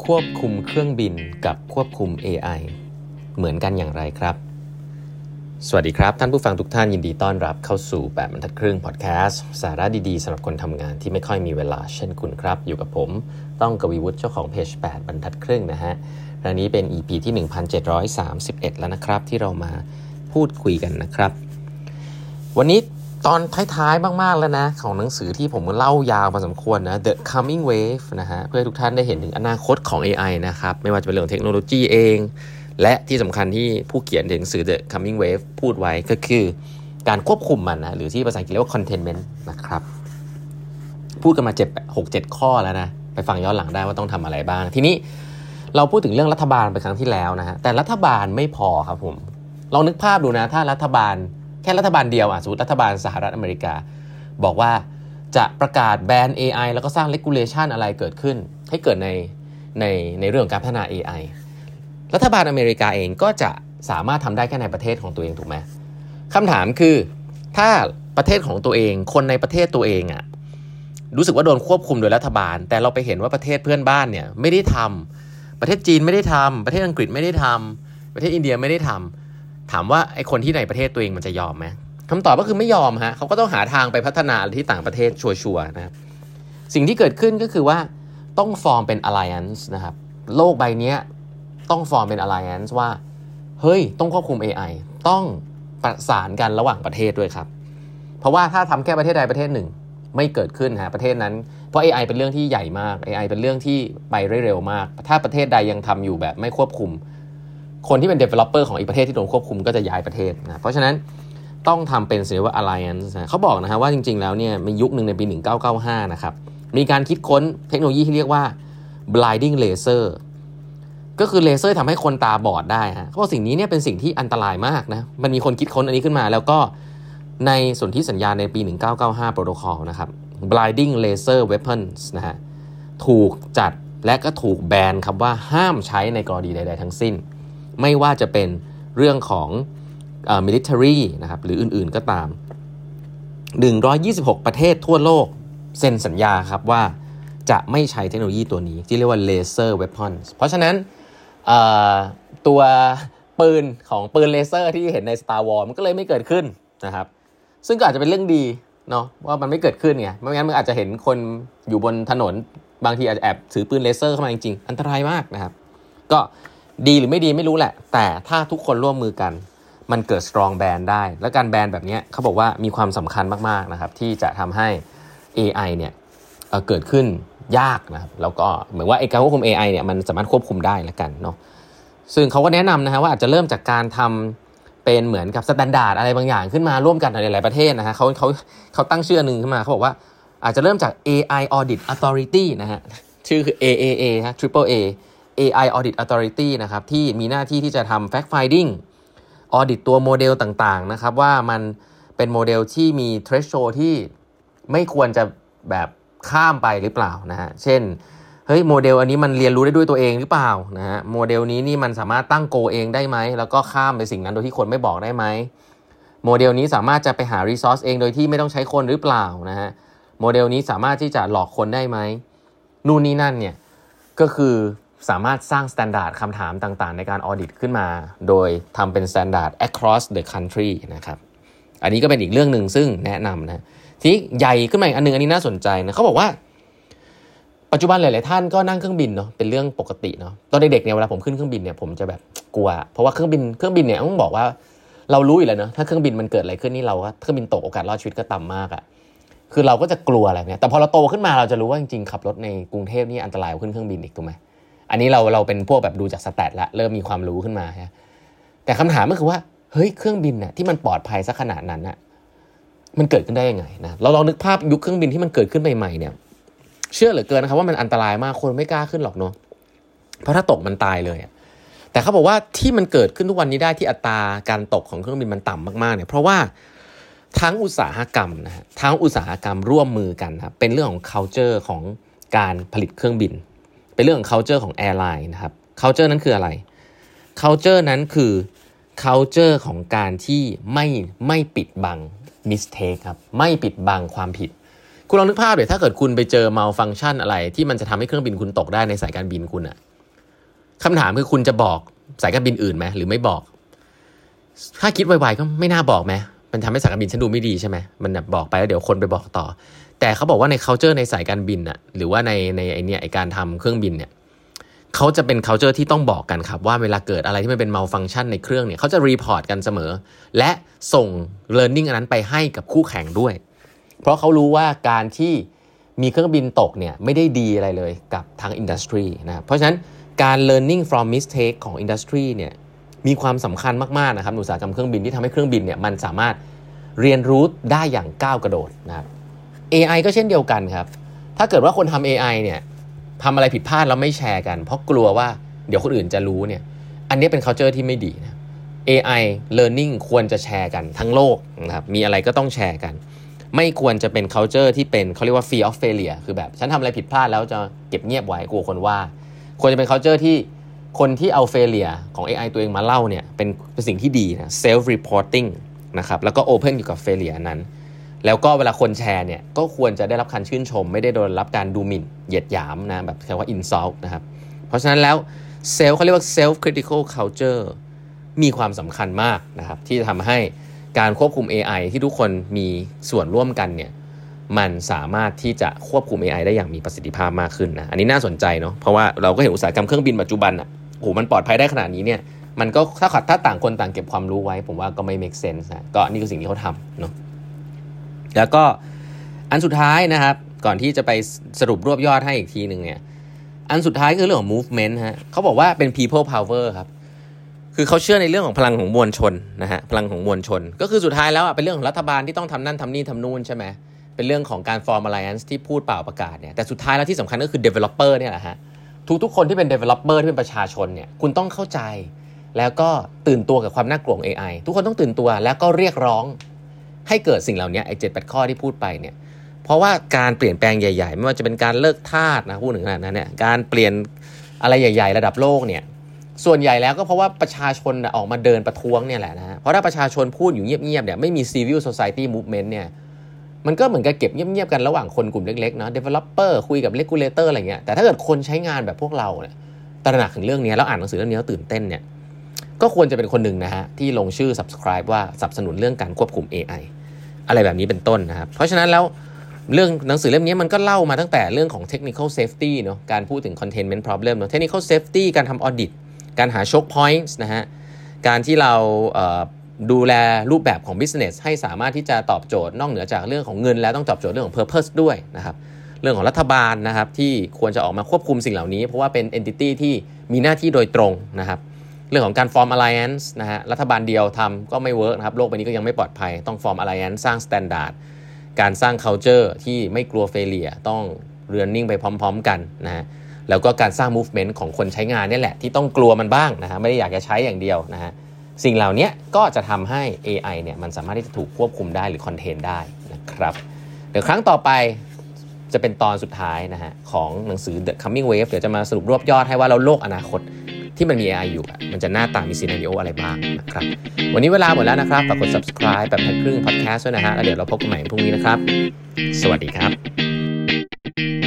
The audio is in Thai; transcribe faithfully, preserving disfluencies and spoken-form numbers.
ควบคุมเครื่องบินกับควบคุม เอ ไอ เหมือนกันอย่างไรครับสวัสดีครับท่านผู้ฟังทุกท่านยินดีต้อนรับเข้าสู่แปดบรรทัดครึ่งพอดแคสต์สาระดีๆสำหรับคนทำงานที่ไม่ค่อยมีเวลาเช่นคุณครับอยู่กับผมต้องกวีวุฒิเจ้าของเพจแปดบรรทัดครึ่งนะฮะครั้งนี้เป็น อี พี ที่หนึ่งพันเจ็ดร้อยสามสิบเอ็ดแล้วนะครับที่เรามาพูดคุยกันนะครับวันนี้ตอนท้ายๆมากๆแล้วนะของหนังสือที่ผมเล่ายาวพอสมควรนะ The Coming Wave นะฮะเพื่อให้ทุกท่านได้เห็นถึงอนาคตของ เอ ไอ นะครับไม่ว่าจะเป็นเรื่องเทคโนโลยีเองและที่สำคัญที่ผู้เขียนหนังสือ The Coming Wave พูดไว้ก็คือการควบคุมมันนะหรือที่ภาษาอังกฤษเรียกว่า containment นะครับพูดกันมาเจ็ด หก เจ็ดข้อแล้วนะไปฟังย้อนหลังได้ว่าต้องทำอะไรบ้างทีนี้เราพูดถึงเรื่องรัฐบาลไปครั้งที่แล้วนะฮะแต่รัฐบาลไม่พอครับผมลองนึกภาพดูนะถ้ารัฐบาลแค่รัฐบาลเดียวอ่ะสมมติรัฐบาลสหรัฐอเมริกาบอกว่าจะประกาศแบน เอ ไอ แล้วก็สร้าง regulation อะไรเกิดขึ้นให้เกิดในในในเรื่องของการพัฒนา เอ ไอ รัฐบาลอเมริกาเองก็จะสามารถทำได้แค่ในประเทศของตัวเองถูกไหมคำถามคือถ้าประเทศของตัวเองคนในประเทศตัวเองอ่ะรู้สึกว่าโดนควบคุมโดยรัฐบาลแต่เราไปเห็นว่าประเทศเพื่อนบ้านเนี่ยไม่ได้ทำประเทศจีนไม่ได้ทำประเทศอังกฤษไม่ได้ทำประเทศอินเดียไม่ได้ทำถามว่าไอ้คนที่ในประเทศตัวเองมันจะยอมไหมคำตอบก็คือไม่ยอมฮะเขาก็ต้องหาทางไปพัฒนาที่ต่างประเทศชัวร์ๆนะครับสิ่งที่เกิดขึ้นก็คือว่าต้องฟอร์มเป็น alliance นะครับโลกใบนี้ต้องฟอร์มเป็น alliance ว่าเฮ้ยต้องควบคุม เอ ไอ ต้องประสานกันระหว่างประเทศด้วยครับเพราะว่าถ้าทำแค่ประเทศใดประเทศหนึ่งไม่เกิดขึ้นฮะประเทศนั้นเพราะ เอ ไอ เป็นเรื่องที่ใหญ่มาก เอ ไอ เป็นเรื่องที่ไปเร็วมากถ้าประเทศใดยังทำอยู่แบบไม่ควบคุมคนที่เป็น developer ของอีกประเทศที่โดนควบคุมก็จะย้ายประเทศนะเพราะฉะนั้นต้องทำเป็นเรียกว่า alliance นะเขาบอกนะฮะว่าจริงๆแล้วเนี่ยมียุคนึงในปีหนึ่งพันเก้าร้อยเก้าสิบห้านะครับมีการคิดค้นเทคโนโลยีที่เรียกว่า blinding laser ก็คือเลเซอร์ทำให้คนตาบอดได้ฮะเขาบอกสิ่งนี้เนี่ยเป็นสิ่งที่อันตรายมากนะมันมีคนคิดค้นอันนี้ขึ้นมาแล้วก็ในสนธิสัญญาในปีหนึ่งพันเก้าร้อยเก้าสิบห้า protocol นะครับ blinding laser weapons นะฮะถูกจัดและก็ถูกแบนครับว่าห้ามใช้ในกรณีใดๆทั้งสิ้นไม่ว่าจะเป็นเรื่องของเอ่อ military นะครับหรืออื่นๆก็ตามหนึ่งร้อยยี่สิบหกประเทศทั่วโลกเซ็นสัญญาครับว่าจะไม่ใช้เทคโนโลยีตัวนี้ที่เรียกว่า laser weapons เพราะฉะนั้นเอ่อตัวปืนของปืนเลเซอร์ที่เห็นใน Star Wars มันก็เลยไม่เกิดขึ้นนะครับซึ่งก็อาจจะเป็นเรื่องดีเนาะว่ามันไม่เกิดขึ้นไงไม่งั้นมันอาจจะเห็นคนอยู่บนถนนบางทีอาจจะแอบถือปืนเลเซอร์เข้ามาจริงๆอันตรายมากนะครับก็ดีหรือไม่ดีไม่รู้แหละแต่ถ้าทุกคนร่วมมือกันมันเกิด strong ban ได้และการแบนแบบนี้เขาบอกว่ามีความสำคัญมากๆนะครับที่จะทำให้ เอ ไอ เนี่ย เอ่อ เกิดขึ้นยากนะครับแล้วก็เหมือนว่าไอ้การควบคุม เอ ไอ เนี่ยมันสามารถควบคุมได้ละกันเนาะซึ่งเขาก็แนะนำนะฮะว่าอาจจะเริ่มจากการทำเป็นเหมือนกับสแตนดาร์ดอะไรบางอย่างขึ้นมาร่วมกันในหลายประเทศนะฮะเขาเขาเขาตั้งชื่อนึงขึ้นมาเขาบอกว่าอาจจะเริ่มจาก เอ ไอ Audit Authority นะฮะชื่อคือ เอ เอ เอ ฮะ Triple A เอ ไอ Audit Authority นะครับที่มีหน้าที่ที่จะทำ fact finding audit ตัวโมเดลต่างๆนะครับว่ามันเป็นโมเดลที่มี threshold ที่ไม่ควรจะแบบข้ามไปหรือเปล่านะฮะเช่นเฮ้ยโมเดลอันนี้มันเรียนรู้ได้ด้วยตัวเองหรือเปล่านะฮะโมเดลนี้นี่มันสามารถตั้งโกเองได้ไหมแล้วก็ข้ามไปสิ่งนั้นโดยที่คนไม่บอกได้ไหมโมเดลนี้สามารถจะไปหา resource เองโดยที่ไม่ต้องใช้คนหรือเปล่านะฮะโมเดลนี้สามารถที่จะหลอกคนได้ไหมนู่นนี่นั่นเนี่ยก็คือสามารถสร้าง standard คำถามต่างๆในการ audit ขึ้นมาโดยทำเป็น standard across the country นะครับอันนี้ก็เป็นอีกเรื่องนึงซึ่งแนะนำนะที่ใหญ่ขึ้นมาอีกอันนึงอันนี้น่าสนใจนะเขาบอกว่าปัจจุบันหลายๆท่านก็นั่งเครื่องบินเนาะเป็นเรื่องปกติเนาะตอนเด็กๆเนี่ยเวลาผมขึ้นเครื่องบินเนี่ยผมจะแบบกลัวเพราะว่าเครื่องบินเครื่องบินเนี่ยต้องบอกว่าเรารู้อยู่แล้วเนาะถ้าเครื่องบินมันเกิดอะไรขึ้นนี่เราก็เครื่องบินตกโอกาสรอดชีวิตก็ต่ำมากอ่ะคือเราก็จะกลัวอะไรเนี่ยแต่พอเราโตขึ้นมาเราจะรู้ว่าจริงๆขับรถในกรุงเทพนี่อันตรายกว่าขึ้นเครื่องบินอีกถูกไหมอันนี้เราเราเป็นพวกแบบดูจากสแตทละเริ่มมีความรู้ขึ้นมาฮะแต่คำถามก็คือว่าเฮ้ยเครื่องบินน่ะที่มันปลอดภัยซะขนาดนั้นน่ะมันเกิดขึ้นได้ยังไงนะเราลองนึกภาพยุคเครื่องบินที่มันเกิดขึ้นใหม่ๆเนี่ยเชื่อเหลือเกินนะครับว่ามันอันตรายมากคนไม่กล้าขึ้นหรอกเนาะเพราะถ้าตกมันตายเลยแต่เขาบอกว่าที่มันเกิดขึ้นทุกวันนี้ได้ที่อัตราการตกของเครื่องบินมันต่ำมากๆเนี่ยเพราะว่าทั้งอุตสาหกรรมนะฮะทั้งอุตสาหกรรมร่วมมือกันครับเป็นเรื่องของ culture ของการผลิตเครื่องบินเป็นเรื่องของ culture ของ airline นะครับ culture นั้นคืออะไร culture นั้นคือ culture ของการที่ไม่ไม่ปิดบัง mistake ครับไม่ปิดบังความผิดคุณลองนึกภาพเดี๋ยวถ้าเกิดคุณไปเจอ malfunction อะไรที่มันจะทำให้เครื่องบินคุณตกได้ในสายการบินคุณอะคำถามคือคุณจะบอกสายการบินอื่นไหมหรือไม่บอกถ้าคิดไวๆก็ไม่น่าบอกไหมมันทำให้สายการบินฉันดูไม่ดีใช่ไหมมันแบบบอกไปแล้วเดี๋ยวคนไปบอกต่อแต่เขาบอกว่าใน culture ในสายการบินอะหรือว่าในในไอเนี้ยไอการทำเครื่องบินเนี่ยเขาจะเป็น culture ที่ต้องบอกกันครับว่าเวลาเกิดอะไรที่มันเป็น malfunction ในเครื่องเนี่ยเขาจะ report กันเสมอและส่ง learning อันนั้นไปให้กับคู่แข่งด้วยเพราะเขารู้ว่าการที่มีเครื่องบินตกเนี่ยไม่ได้ดีอะไรเลยกับทาง industry นะเพราะฉะนั้นการ learning from mistake ของ industry เนี่ยมีความสำคัญมากๆนะครับอุตสาหกรรมเครื่องบินที่ทำให้เครื่องบินเนี่ยมันสามารถเรียนรู้ได้อย่างก้าวกระโดดนะครับ เอ ไอ ก็เช่นเดียวกันครับถ้าเกิดว่าคนทำ เอ ไอ เนี่ยทำอะไรผิดพลาดแล้วไม่แชร์กันเพราะกลัวว่าเดี๋ยวคนอื่นจะรู้เนี่ยอันนี้เป็น culture ที่ไม่ดีนะ เอ ไอ learning ควรจะแชร์กันทั้งโลกนะครับมีอะไรก็ต้องแชร์กันไม่ควรจะเป็น culture ที่เป็นเขาเรียกว่า fear of failure คือแบบฉันทำอะไรผิดพลาดแล้วจะเก็บเงียบไว้กลัวคนว่าควรจะเป็น culture ที่คนที่เอา failure ของ เอ ไอ ตัวเองมาเล่าเนี่ยเป็นเป็นสิ่งที่ดีนะ self reporting นะครับแล้วก็ open อยู่กับ failure นั้นแล้วก็เวลาคนแชร์เนี่ยก็ควรจะได้รับการชื่นชมไม่ได้โดนรับการดูหมิ่นเหยียดหยามนะแบบเรียกว่า insult นะครับเพราะฉะนั้นแล้วเซลเขาเรียกว่า self critical culture มีความสำคัญมากนะครับที่จะทำให้การควบคุม เอ ไอ ที่ทุกคนมีส่วนร่วมกันเนี่ยมันสามารถที่จะควบคุม เอ ไอ ได้อย่างมีประสิทธิภาพมากขึ้นนะอันนี้น่าสนใจเนาะเพราะว่าเราก็เห็นอุตสาหกรรมเครื่องบินปัจจุบันอ่ะโอ้โหมันปลอดภัยได้ขนาดนี้เนี่ยมันก็ถ้าขัดถ้าต่างคนต่างเก็บความรู้ไว้ผมว่าก็ไม่ make sense นะก็นี่คือสิ่งที่เขาทำเนาะแล้วก็อันสุดท้ายนะครับก่อนที่จะไปสรุปรวบยอดให้อีกทีนึงเนี่ยอันสุดท้ายคือเรื่องของ movement ฮะเขาบอกว่าเป็น people power ครับคือเขาเชื่อในเรื่องของพลังของมวลชนนะฮะพลังของมวลชนก็คือสุดท้ายแล้วอ่ะเป็นเรื่องของรัฐบาลที่ต้องทำนั่นทำนี่ทำนู่นใช่ไหมเป็นเรื่องของการ form alliance ที่พูดเปล่าประกาศเนี่ยแต่สุดท้ายแล้วที่สำคัญก็คือ developer เนี่ยแหละฮะทุกๆคนที่เป็น developer ที่เป็นประชาชนเนี่ยคุณต้องเข้าใจแล้วก็ตื่นตัวกับความน่ากลัวของ เอ ไอ ทุกคนต้องตื่นตัวแล้วก็เรียกร้องให้เกิดสิ่งเหล่านี้ไอ้ เจ็ดแปด ข้อที่พูดไปเนี่ยเพราะว่าการเปลี่ยนแปลงใหญ่ๆไม่ว่าจะเป็นการเลิกทาสนะพูดถึงขนาดนั้นเนี่ยการเปลี่ยนอะไรใหญ่ๆระดับโลกเนี่ยส่วนใหญ่แล้วก็เพราะว่าประชาชนออกมาเดินประท้วงเนี่ยแหละนะฮะเพราะถ้าประชาชนพูดอยู่เงียบๆเนี่ยไม่มี civil society movement เนี่ยมันก็เหมือนกับเก็บเงียบๆกันระหว่างคนกลุ่มเล็กๆเนาะ developer คุยกับ regulator อะไรเงี้ยแต่ถ้าเกิดคนใช้งานแบบพวกเราเนี่ยตระหนักถึงเรื่องนี้แล้วอ่านหนังสือเรื่องนี้แล้วตื่นเต้นเนี่ยก็ควรจะเป็นคนหนึ่งนะฮะที่ลงชื่อ subscribe ว่าสนับสนุนเรื่องการควบคุม เอ ไอ อะไรแบบนี้เป็นต้นนะครับเพราะฉะนั้นแล้วเรื่องหนังสือเล่มนี้มันก็เล่ามาตั้งแต่เรื่องของ technical safety เนาะการพูดถึง containment problem เนาะ technical safety การทำ audit การหา choke points นะฮะการที่เราเอ่อดูแลรูปแบบของ business ให้สามารถที่จะตอบโจทย์นอกเหนือจากเรื่องของเงินแล้วต้องตอบโจทย์เรื่องของ purpose ด้วยนะครับเรื่องของรัฐบาลนะครับที่ควรจะออกมาควบคุมสิ่งเหล่านี้เพราะว่าเป็น entity ที่มีหน้าที่โดยตรงนะครับเรื่องของการ form alliance นะฮะรัฐบาลเดียวทำก็ไม่เวิร์กนะครับโลกใบนี้ก็ยังไม่ปลอดภัยต้อง form alliance สร้าง standard การสร้าง culture ที่ไม่กลัว failure ต้อง learning ไปพร้อมๆกันนะฮะแล้วก็การสร้าง movement ของคนใช้งานนี่แหละที่ต้องกลัวมันบ้างนะฮะไม่ได้อยากจะใช้อย่างเดียวนะฮะสิ่งเหล่านี้ก็จะทำให้ เอ ไอ เนี่ยมันสามารถที่จะถูกควบคุมได้หรือ contain ได้นะครับเดี๋ยวครั้งต่อไปจะเป็นตอนสุดท้ายนะฮะของหนังสือ The Coming Wave เดี๋ยวจะมาสรุปรวบยอดให้ว่าเราโลกอนาคตที่มันมี เอ ไอ อยู่มันจะหน้าตามีซีนาริโออะไรบ้างนะครับวันนี้เวลาหมดแล้วนะครับฝากกด subscribe แบบทัดครึ่ง podcast ด้วยนะฮะแล้วเดี๋ยวเราพบกันใหม่พรุ่งนี้นะครับสวัสดีครับ